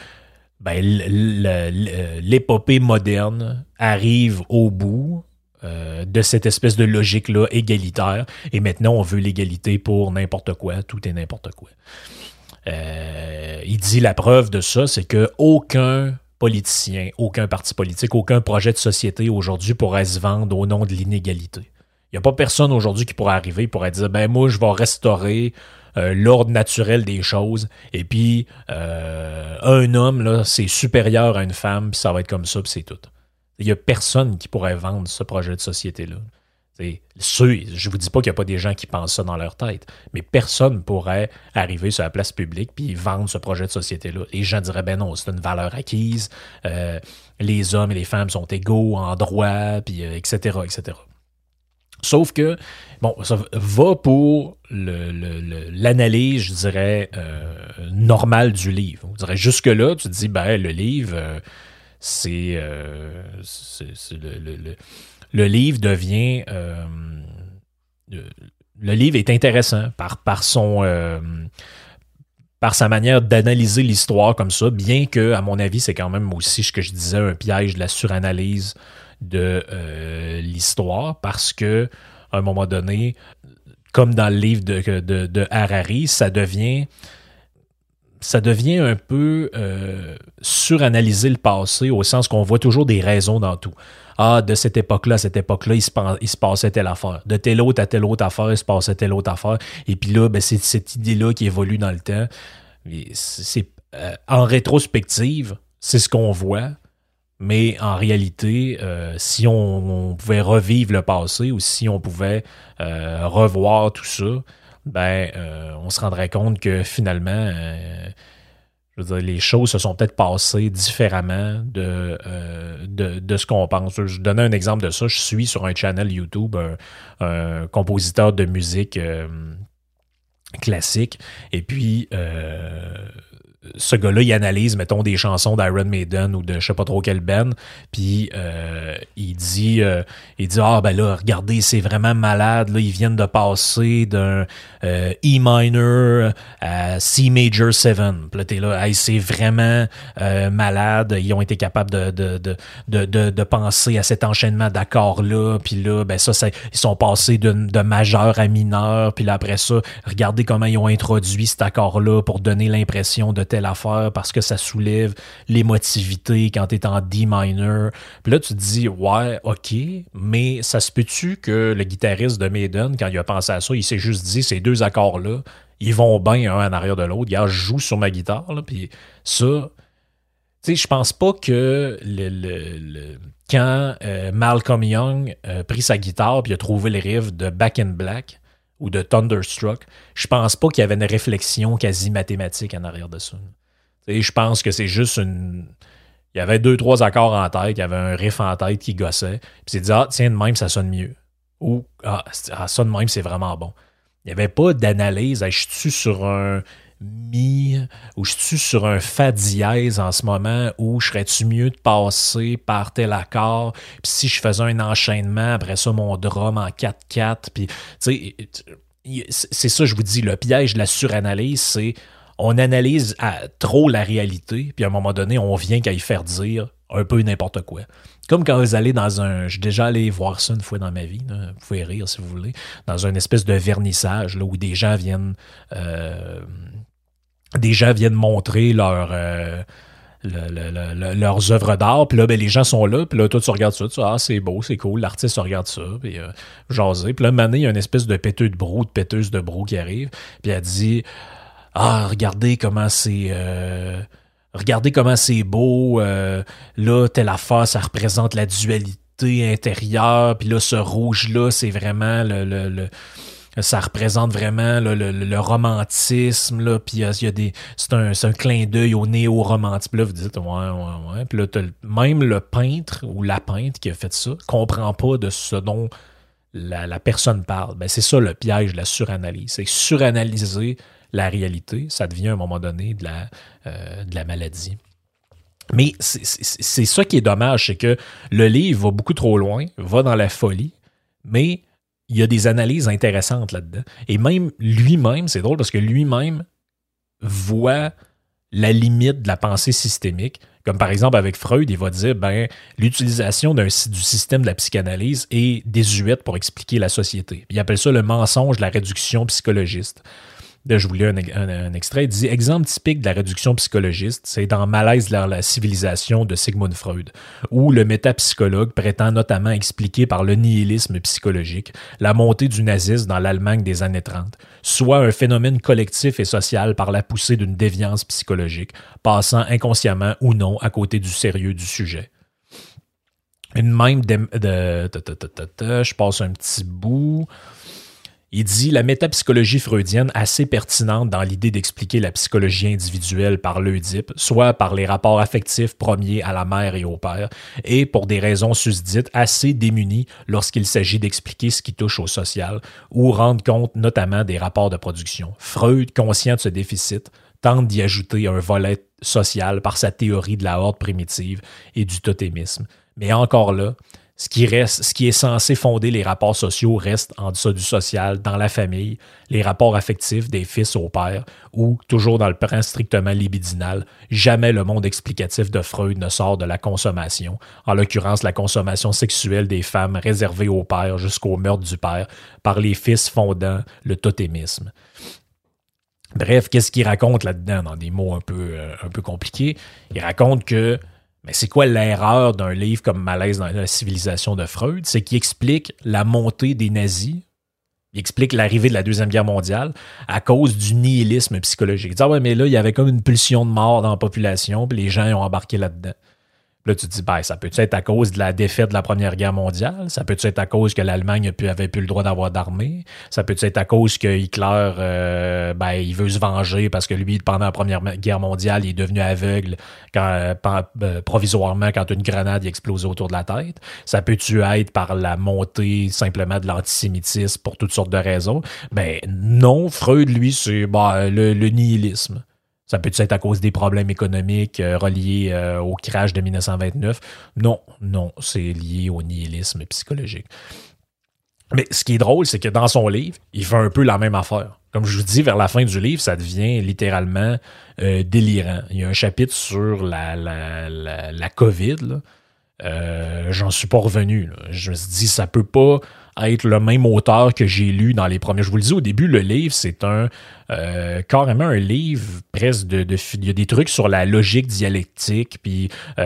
l'épopée moderne arrive au bout de cette espèce de logique-là égalitaire, et maintenant, on veut l'égalité pour n'importe quoi, tout est n'importe quoi. Il dit la preuve de ça, c'est qu'aucun politicien, aucun parti politique, aucun projet de société aujourd'hui pourrait se vendre au nom de l'inégalité. Il n'y a pas personne aujourd'hui qui pourrait arriver, pourrait dire, ben moi, je vais restaurer l'ordre naturel des choses, et puis un homme, là, c'est supérieur à une femme, puis ça va être comme ça, puis c'est tout. Il n'y a personne qui pourrait vendre ce projet de société-là. Je vous dis pas qu'il n'y a pas des gens qui pensent ça dans leur tête, mais personne ne pourrait arriver sur la place publique puis vendre ce projet de société-là. Les gens diraient, ben non, c'est une valeur acquise, les hommes et les femmes sont égaux en droit, puis etc., etc. Sauf que, bon, ça va pour l'analyse, je dirais, normale du livre. On dirait jusque-là, tu te dis, ben, le livre, le livre devient... le livre est intéressant par sa manière d'analyser l'histoire comme ça, bien que, à mon avis, c'est quand même aussi ce que je disais, un piège de la suranalyse de l'histoire, parce que à un moment donné, comme dans le livre de Harari, ça devient un peu suranalyser le passé, au sens qu'on voit toujours des raisons dans tout. Ah, de cette époque-là à cette époque-là, il se passait telle affaire. De telle autre à telle autre affaire, il se passait telle autre affaire. Et puis là, ben, c'est cette idée-là qui évolue dans le temps. En rétrospective, c'est ce qu'on voit. Mais en réalité, si on pouvait revivre le passé ou si on pouvait revoir tout ça, on se rendrait compte que finalement, je veux dire, les choses se sont peut-être passées différemment de ce qu'on pense. Je vais donner un exemple de ça. Je suis sur un channel YouTube un compositeur de musique classique. Et puis, ce gars-là, il analyse, mettons, des chansons d'Iron Maiden ou de je sais pas trop quelle band, puis il dit ah ben là, regardez, c'est vraiment malade, là, ils viennent de passer d'un E minor à C major 7. Puis là, t'es là, hey, c'est vraiment malade, ils ont été capables de penser à cet enchaînement d'accords-là, puis là, ben ça, ils sont passés de majeur à mineur, puis là, après ça, regardez comment ils ont introduit cet accord-là pour donner l'impression de telle affaire parce que ça soulève l'émotivité quand t'es en D minor. Puis là, tu te dis, ouais, ok, mais ça se peut-tu que le guitariste de Maiden, quand il a pensé à ça, il s'est juste dit, ces deux accords-là, ils vont bien un en arrière de l'autre. Regarde, je joue sur ma guitare, là, puis ça, sais, je pense pas que quand Malcolm Young a pris sa guitare et a trouvé les riffs de Back in Black ou de Thunderstruck, je pense pas qu'il y avait une réflexion quasi mathématique en arrière de ça. Tu sais, je pense que c'est juste une... Il y avait 2-3 accords en tête, il y avait un riff en tête qui gossait, puis il s'est dit « Ah, tiens, de même, ça sonne mieux. » Ou « Ah, ça de même, c'est vraiment bon. » Il n'y avait pas d'analyse. Hey, je suis sur un mi ou je suis sur un fa dièse en ce moment ou serais-tu mieux de passer par tel accord? Puis si je faisais un enchaînement, après ça, mon drum en 4-4. Puis, tu sais, c'est ça, je vous dis, le piège de la suranalyse, c'est on analyse trop la réalité, puis à un moment donné, on vient qu'à y faire dire un peu n'importe quoi. Comme quand vous allez dans un... Je suis déjà allé voir ça une fois dans ma vie, là, vous pouvez rire si vous voulez, dans une espèce de vernissage là, où des gens viennent montrer leurs œuvres d'art, puis là, ben, les gens sont là, puis là, toi, tu regardes ça, tu dis, ah, c'est beau, c'est cool, l'artiste regarde ça, puis jaser. Puis là, maintenant, il y a une espèce de péteuse de brou qui arrive, puis elle dit... Ah, regardez comment c'est beau. Là, telle affaire, ça représente la dualité intérieure. Puis là, ce rouge-là, c'est vraiment ça représente vraiment le romantisme. Là. Puis c'est un clin d'œil au néo-romantisme. Puis là, vous dites, ouais. Puis là, même le peintre ou la peintre qui a fait ça comprend pas de ce dont la personne parle. Ben, c'est ça le piège de la suranalyse. C'est suranalyser la réalité, ça devient à un moment donné de la maladie. Mais c'est ça qui est dommage, c'est que le livre va beaucoup trop loin, va dans la folie, mais il y a des analyses intéressantes là-dedans. Et même lui-même, c'est drôle parce que lui-même voit la limite de la pensée systémique. Comme par exemple avec Freud, il va dire l'utilisation du système de la psychanalyse est désuète pour expliquer la société. Il appelle ça le mensonge de la réduction psychologiste. Là, je vous lis un extrait. Il dit « Exemple typique de la réduction psychologiste, c'est dans Malaise vers la civilisation de Sigmund Freud, où le métapsychologue prétend notamment expliquer par le nihilisme psychologique la montée du nazisme dans l'Allemagne des années 30, soit un phénomène collectif et social par la poussée d'une déviance psychologique, passant inconsciemment ou non à côté du sérieux du sujet. » Une même je passe un petit bout... Il dit « La métapsychologie freudienne assez pertinente dans l'idée d'expliquer la psychologie individuelle par l'Oedipe, soit par les rapports affectifs premiers à la mère et au père, et pour des raisons susdites assez démunies lorsqu'il s'agit d'expliquer ce qui touche au social, ou rendre compte notamment des rapports de production. Freud, conscient de ce déficit, tente d'y ajouter un volet social par sa théorie de la horde primitive et du totémisme. Mais encore là, ce qui est censé fonder les rapports sociaux reste en deçà du social, dans la famille, les rapports affectifs des fils au père, ou, toujours dans le plan strictement libidinal, jamais le monde explicatif de Freud ne sort de la consommation, en l'occurrence la consommation sexuelle des femmes réservée au père jusqu'au meurtre du père, par les fils fondant le totémisme. Bref, qu'est-ce qu'il raconte là-dedans, dans des mots un peu compliqués? Il raconte que mais c'est quoi l'erreur d'un livre comme Malaise dans la civilisation de Freud? C'est qu'il explique la montée des nazis, il explique l'arrivée de la Deuxième Guerre mondiale à cause du nihilisme psychologique. Il dit « Ah ouais, mais là, il y avait comme une pulsion de mort dans la population, puis les gens ont embarqué là-dedans. » Là, tu te dis, ça peut être à cause de la défaite de la Première Guerre mondiale? Ça peut être à cause que l'Allemagne avait plus le droit d'avoir d'armée? Ça peut être à cause que Hitler, il veut se venger parce que lui, pendant la Première Guerre mondiale, il est devenu aveugle provisoirement quand une grenade explosait autour de la tête? Ça peut-tu être par la montée simplement de l'antisémitisme pour toutes sortes de raisons? Non, Freud, lui, c'est le nihilisme. Ça peut être à cause des problèmes économiques reliés au crash de 1929? Non, c'est lié au nihilisme psychologique. Mais ce qui est drôle, c'est que dans son livre, il fait un peu la même affaire. Comme je vous dis, vers la fin du livre, ça devient littéralement délirant. Il y a un chapitre sur la COVID, là. J'en suis pas revenu. Là. Je me suis dit, ça peut pas être le même auteur que j'ai lu dans les premiers. Je vous le dis au début, le livre, c'est carrément un livre presque il y a des trucs sur la logique dialectique, puis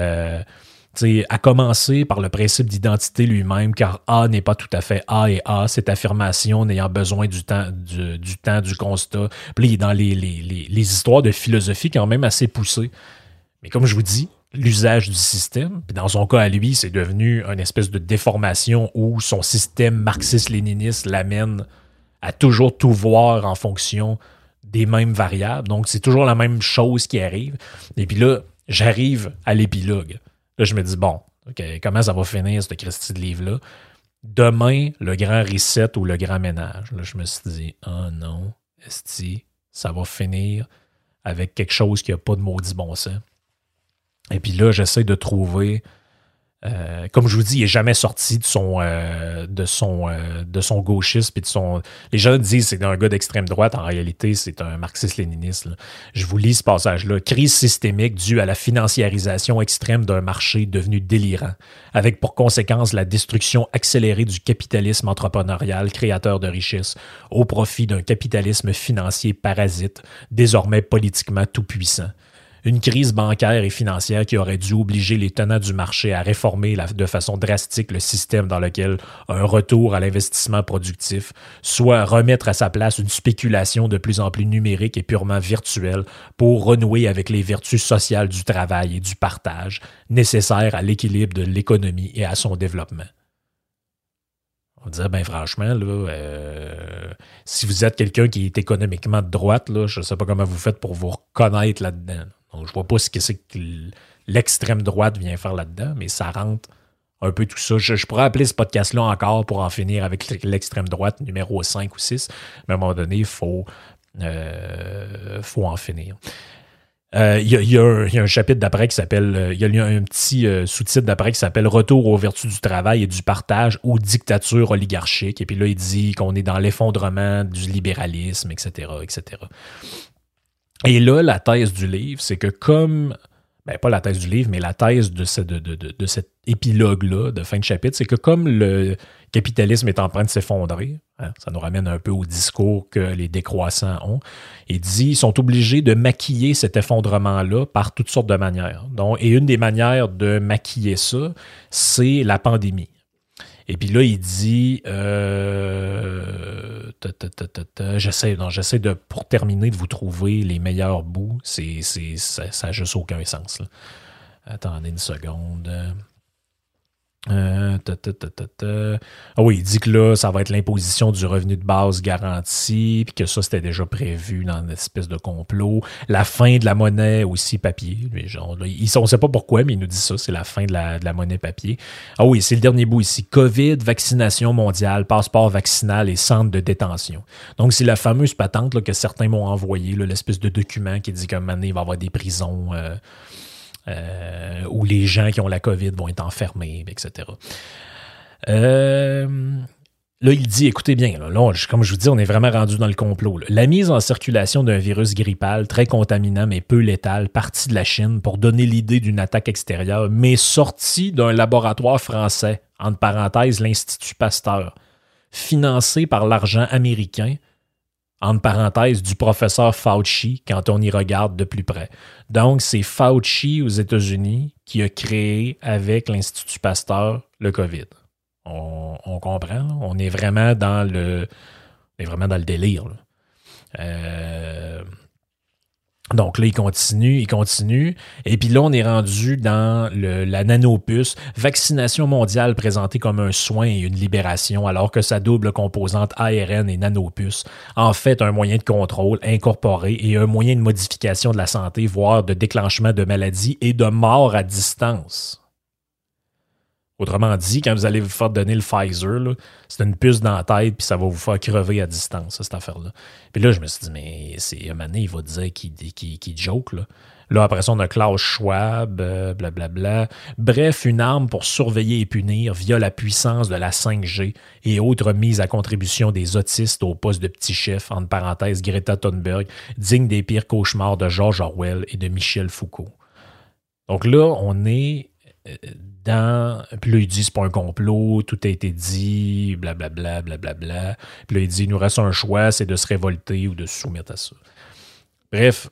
à commencer par le principe d'identité lui-même, car A n'est pas tout à fait A et A, cette affirmation n'ayant besoin du temps du constat. Puis là, il est dans les histoires de philosophie quand même assez poussées. Mais comme je vous dis, l'usage du système. Puis dans son cas à lui, c'est devenu une espèce de déformation où son système marxiste-léniniste l'amène à toujours tout voir en fonction des mêmes variables. Donc, c'est toujours la même chose qui arrive. Et puis là, j'arrive à l'épilogue. Là, je me dis, bon, okay, comment ça va finir, ce Christy de livre-là? Demain, le grand reset ou le grand ménage. Là, je me suis dit, oh non, esti, ça va finir avec quelque chose qui n'a pas de maudit bon sens. Et puis là, j'essaie de trouver... comme je vous dis, il n'est jamais sorti de son gauchisme et de son... Les gens disent que c'est un gars d'extrême droite. En réalité, c'est un marxiste-léniniste. Là. Je vous lis ce passage-là. Crise systémique due à la financiarisation extrême d'un marché devenu délirant, avec pour conséquence la destruction accélérée du capitalisme entrepreneurial créateur de richesses au profit d'un capitalisme financier parasite, désormais politiquement tout-puissant. Une crise bancaire et financière qui aurait dû obliger les tenants du marché à réformer de façon drastique le système dans lequel un retour à l'investissement productif, soit remettre à sa place une spéculation de plus en plus numérique et purement virtuelle pour renouer avec les vertus sociales du travail et du partage nécessaires à l'équilibre de l'économie et à son développement. On disait, ben franchement, là, si vous êtes quelqu'un qui est économiquement de droite, là, je ne sais pas comment vous faites pour vous reconnaître là-dedans. Donc, je ne vois pas ce que c'est que l'extrême droite vient faire là-dedans, mais ça rentre un peu tout ça. Je pourrais appeler ce podcast-là encore pour en finir avec l'extrême droite numéro 5 ou 6, mais à un moment donné, il faut en finir. Il y a un chapitre d'après qui s'appelle... Il y a un petit sous-titre d'après qui s'appelle « Retour aux vertus du travail et du partage aux dictatures oligarchiques ». Et puis là, il dit qu'on est dans l'effondrement du libéralisme, etc., etc. Et là, la thèse du livre, c'est que comme... Ben, pas la thèse du livre, mais la thèse de cet épilogue-là, de fin de chapitre, c'est que comme le capitalisme est en train de s'effondrer, hein, ça nous ramène un peu au discours que les décroissants ont, il dit ils sont obligés de maquiller cet effondrement-là par toutes sortes de manières. Donc, et une des manières de maquiller ça, c'est la pandémie. Et puis là, il dit, j'essaie de, pour terminer, de vous trouver les meilleurs bouts. Ça n'a juste aucun sens. Là. Attendez une seconde. Ah oui, il dit que là, ça va être l'imposition du revenu de base garanti, puis que ça, c'était déjà prévu dans une espèce de complot. La fin de la monnaie aussi papier. Genre, là, on ne sait pas pourquoi, mais il nous dit ça, c'est la fin de la monnaie papier. Ah oui, c'est le dernier bout ici. COVID, vaccination mondiale, passeport vaccinal et centre de détention. Donc, c'est la fameuse patente là, que certains m'ont envoyée, l'espèce de document qui dit qu'à un moment donné, il va y avoir des prisons... où les gens qui ont la COVID vont être enfermés, etc. Là, il dit, écoutez bien, là, comme je vous dis, on est vraiment rendu dans le complot. Là. La mise en circulation d'un virus grippal très contaminant mais peu létal, parti de la Chine pour donner l'idée d'une attaque extérieure, mais sorti d'un laboratoire français, entre parenthèses, l'Institut Pasteur, financé par l'argent américain, entre parenthèses, du professeur Fauci, quand on y regarde de plus près. Donc, c'est Fauci aux États-Unis qui a créé avec l'Institut Pasteur le COVID. On comprend, là? On est vraiment dans le délire. Là. Donc là, il continue. Et puis là, on est rendu dans la nanopuce, vaccination mondiale présentée comme un soin et une libération, alors que sa double composante ARN et nanopuce en fait un moyen de contrôle incorporé et un moyen de modification de la santé, voire de déclenchement de maladies et de mort à distance. Autrement dit, quand vous allez vous faire donner le Pfizer, là, c'est une puce dans la tête puis ça va vous faire crever à distance, cette affaire-là. Puis là, je me suis dit, mais c'est un moment donné, il va dire qu'il joke, là. Là, après ça, on a Klaus Schwab, blablabla. Bref, une arme pour surveiller et punir via la puissance de la 5G et autres mises à contribution des autistes au poste de petit chef, entre parenthèses Greta Thunberg, digne des pires cauchemars de George Orwell et de Michel Foucault. Donc là, on est... Puis là, il dit c'est pas un complot, tout a été dit, blablabla, blablabla. Puis là, il dit il nous reste un choix, c'est de se révolter ou de se soumettre à ça. Bref,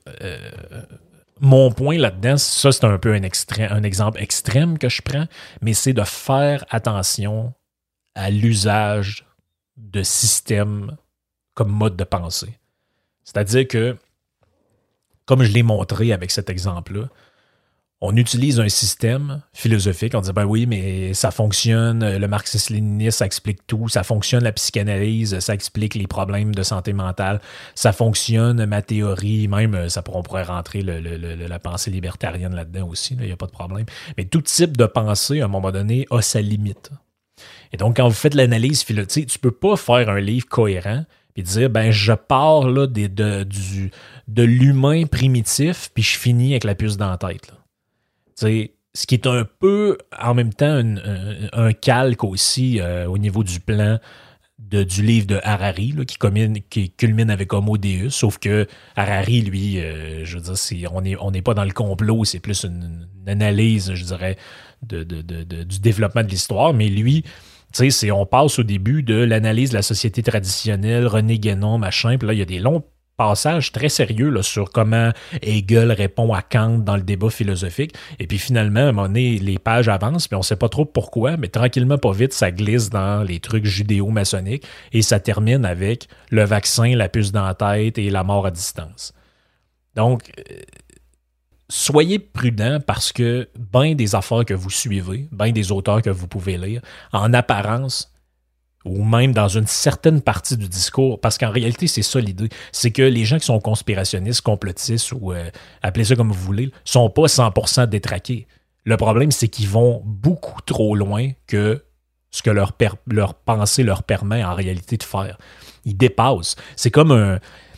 mon point là-dedans, ça c'est un peu un exemple extrême que je prends, mais c'est de faire attention à l'usage de systèmes comme mode de pensée. C'est-à-dire que, comme je l'ai montré avec cet exemple-là, on utilise un système philosophique, on dit ben oui, mais ça fonctionne, le marxisme-léninisme, ça explique tout, ça fonctionne la psychanalyse, ça explique les problèmes de santé mentale, ça fonctionne ma théorie, même on pourrait rentrer la pensée libertarienne là-dedans aussi, il n'y a pas de problème. Mais tout type de pensée, à un moment donné, a sa limite. Et donc, quand vous faites l'analyse philosophique, tu ne peux pas faire un livre cohérent et dire, ben, je pars là, de l'humain primitif, puis je finis avec la puce dans la tête. Là. Ce qui est un peu, en même temps, un calque aussi au niveau du plan du livre de Harari, là, qui culmine avec Homo Deus, sauf que Harari, lui, je veux dire, on n'est pas dans le complot, c'est plus une analyse, je dirais, du développement de l'histoire, mais lui, on passe au début de l'analyse de la société traditionnelle, René Guénon, machin, puis là, il y a des longs passages très sérieux là, sur comment Hegel répond à Kant dans le débat philosophique. Et puis finalement, à un moment donné, les pages avancent, puis on ne sait pas trop pourquoi, mais tranquillement, pas vite, ça glisse dans les trucs judéo-maçonniques et ça termine avec le vaccin, la puce dans la tête et la mort à distance. Donc, soyez prudents parce que bien des affaires que vous suivez, bien des auteurs que vous pouvez lire, en apparence, ou même dans une certaine partie du discours, parce qu'en réalité, c'est ça l'idée, c'est que les gens qui sont conspirationnistes, complotistes, ou appelez ça comme vous voulez, sont pas 100% détraqués. Le problème, c'est qu'ils vont beaucoup trop loin que ce que leur pensée leur permet en réalité de faire. Ils dépassent. C'est comme un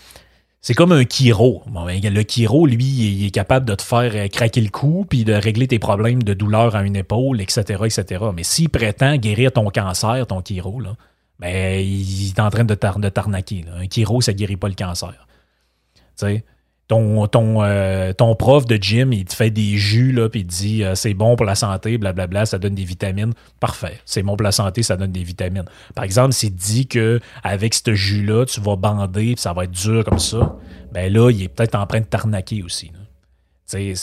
chiro. Bon, ben, le chiro, lui, il est capable de te faire craquer le cou puis de régler tes problèmes de douleur à une épaule, etc., etc. Mais s'il prétend guérir ton cancer, ton chiro, là, ben, il est en train de t'arnaquer. Là. Un chiro, ça ne guérit pas le cancer. Tu sais, ton prof de gym, il te fait des jus, là, puis il te dit c'est bon pour la santé, blablabla, ça donne des vitamines. Parfait. C'est bon pour la santé, ça donne des vitamines. Par exemple, s'il te dit qu'avec ce jus-là, tu vas bander, puis ça va être dur comme ça, ben là, il est peut-être en train de t'arnaquer aussi. Là. C'est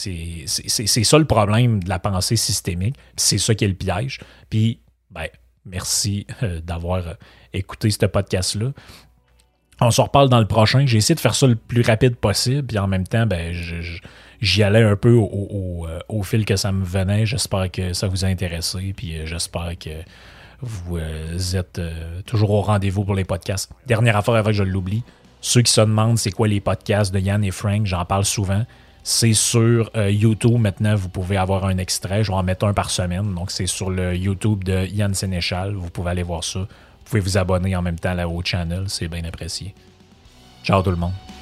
ça le problème de la pensée systémique. C'est ça qui est le piège. Puis, ben, merci d'avoir écouté ce podcast-là. On se reparle dans le prochain. J'ai essayé de faire ça le plus rapide possible. Puis en même temps, ben, j'y allais un peu au fil que ça me venait. J'espère que ça vous a intéressé. Puis j'espère que vous êtes toujours au rendez-vous pour les podcasts. Dernière affaire avant que je l'oublie. Ceux qui se demandent c'est quoi les podcasts de Yann et Frank, j'en parle souvent. C'est sur YouTube. Maintenant, vous pouvez avoir un extrait. Je vais en mettre un par semaine. Donc, c'est sur le YouTube de Yann Sénéchal. Vous pouvez aller voir ça. Vous pouvez vous abonner en même temps là, au channel. C'est bien apprécié. Ciao tout le monde.